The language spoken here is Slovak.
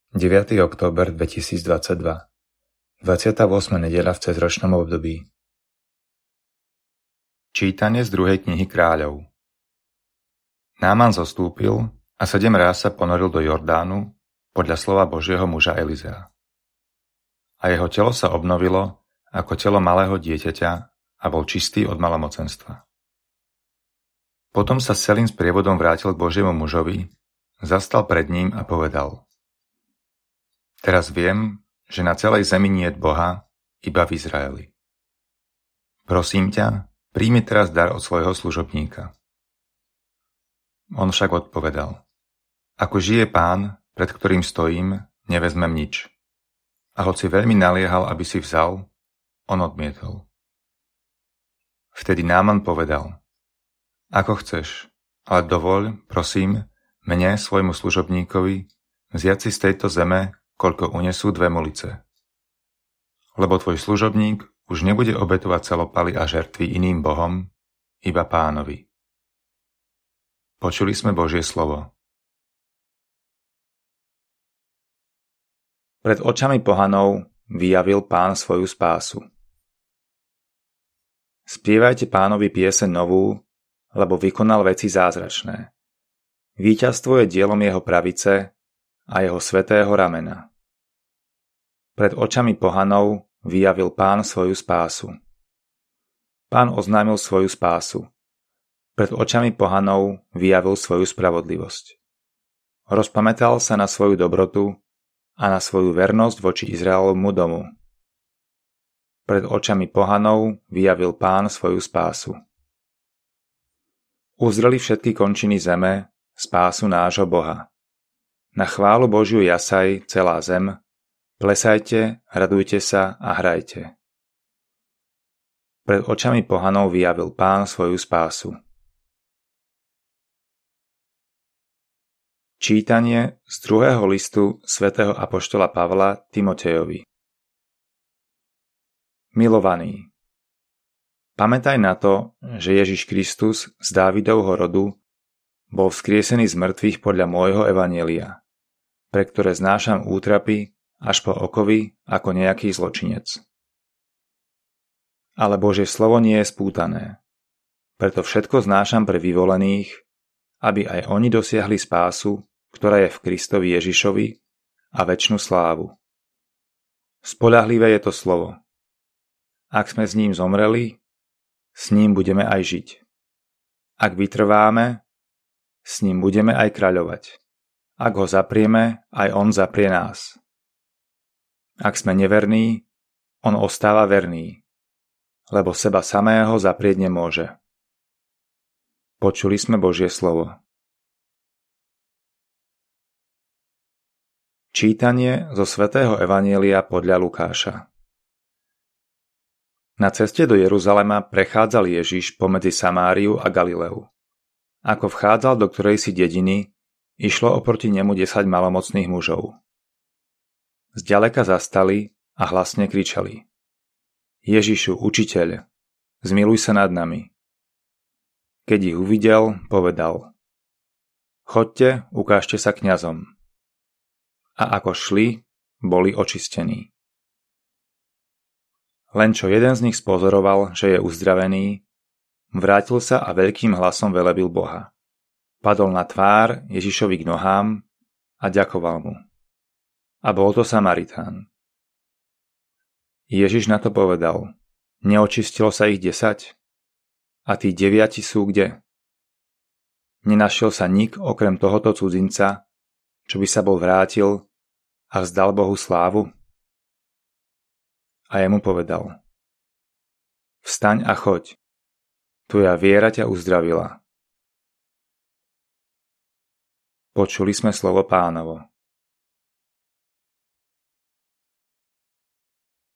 9. október 2022. 28. nedeľa v cezročnom období. Čítanie z 2. knihy Kráľov. Náman zostúpil a 7 ráz sa ponoril do Jordánu podľa slova Božieho muža Elizea. A jeho telo sa obnovilo ako telo malého dieťaťa a bol čistý od malomocenstva. Potom sa s celým sprievodom vrátil k Božiemu mužovi, zastal pred ním a povedal: Teraz viem, že na celej zemi niet Boha, iba v Izraeli. Prosím ťa, príjmi teraz dar od svojho služobníka. On však odpovedal: Ako žije Pán, pred ktorým stojím, nevezmem nič. A hoci veľmi naliehal, aby si vzal, on odmietol. Vtedy Náman povedal: Ako chceš, ale dovoľ, prosím, mne, svojmu služobníkovi, vziať si z tejto zeme, koľko unesú 2 mulice. Lebo tvoj služobník už nebude obetovať celopaly a žertvy iným bohom, iba Pánovi. Počuli sme Božie slovo. Pred očami pohanov vyjavil Pán svoju spásu. Spievajte Pánovi pieseň novú, lebo vykonal veci zázračné. Víťazstvo je dielom jeho pravice a jeho svätého ramena. Pred očami pohanov vyjavil Pán svoju spásu. Pán oznámil svoju spásu. Pred očami pohanov vyjavil svoju spravodlivosť. Rozpamätal sa na svoju dobrotu a na svoju vernosť voči Izraelovmu domu. Pred očami pohanov vyjavil Pán svoju spásu. Uzreli všetky končiny zeme spásu nášho Boha. Na chválu Božiu jasaj celá zem, plesajte, radujte sa a hrajte. Pred očami pohanov vyjavil Pán svoju spásu. Čítanie z 2. listu svätého apoštola Pavla Timotejovi. Milovaný, pamätaj na to, že Ježiš Kristus z Dávidovho rodu bol vzkriesený z mŕtvych podľa môjho evanjelia, pre ktoré znášam útrapy až po okovy ako nejaký zločinec. Ale Božie slovo nie je spútané, preto všetko znášam pre vyvolených, aby aj oni dosiahli spásu, ktorá je v Kristovi Ježišovi a večnú slávu. Spoľahlivé je to slovo. Ak sme s ním zomreli, s ním budeme aj žiť. Ak vytrváme, s ním budeme aj kráľovať. Ak ho zaprieme, aj on zaprie nás. Ak sme neverní, on ostáva verný, lebo seba samého zaprieť nemôže. Počuli sme Božie slovo. Čítanie zo svätého evanjelia podľa Lukáša. Na ceste do Jeruzalema prechádzal Ježiš pomedzi Samáriu a Galileu. Ako vchádzal do ktorejsi dediny, išlo oproti nemu 10 malomocných mužov. Zďaleka zastali a hlasne kričali: Ježišu, učiteľ, zmiluj sa nad nami. Keď ich uvidel, povedal: Choďte, ukážte sa kňazom. A ako šli, boli očistení. Len čo jeden z nich spozoroval, že je uzdravený, vrátil sa a veľkým hlasom velebil Boha. Padol na tvár Ježišovi k nohám a ďakoval mu. A bol to Samaritán. Ježiš na to povedal: Neočistilo sa ich 10? A tí 9 sú kde? Nenašiel sa nik okrem tohoto cudzinca, čo by sa bol vrátil a vzdal Bohu slávu? A jemu povedal: Vstaň a choď, tvoja viera ťa uzdravila. Počuli sme slovo Pánovo.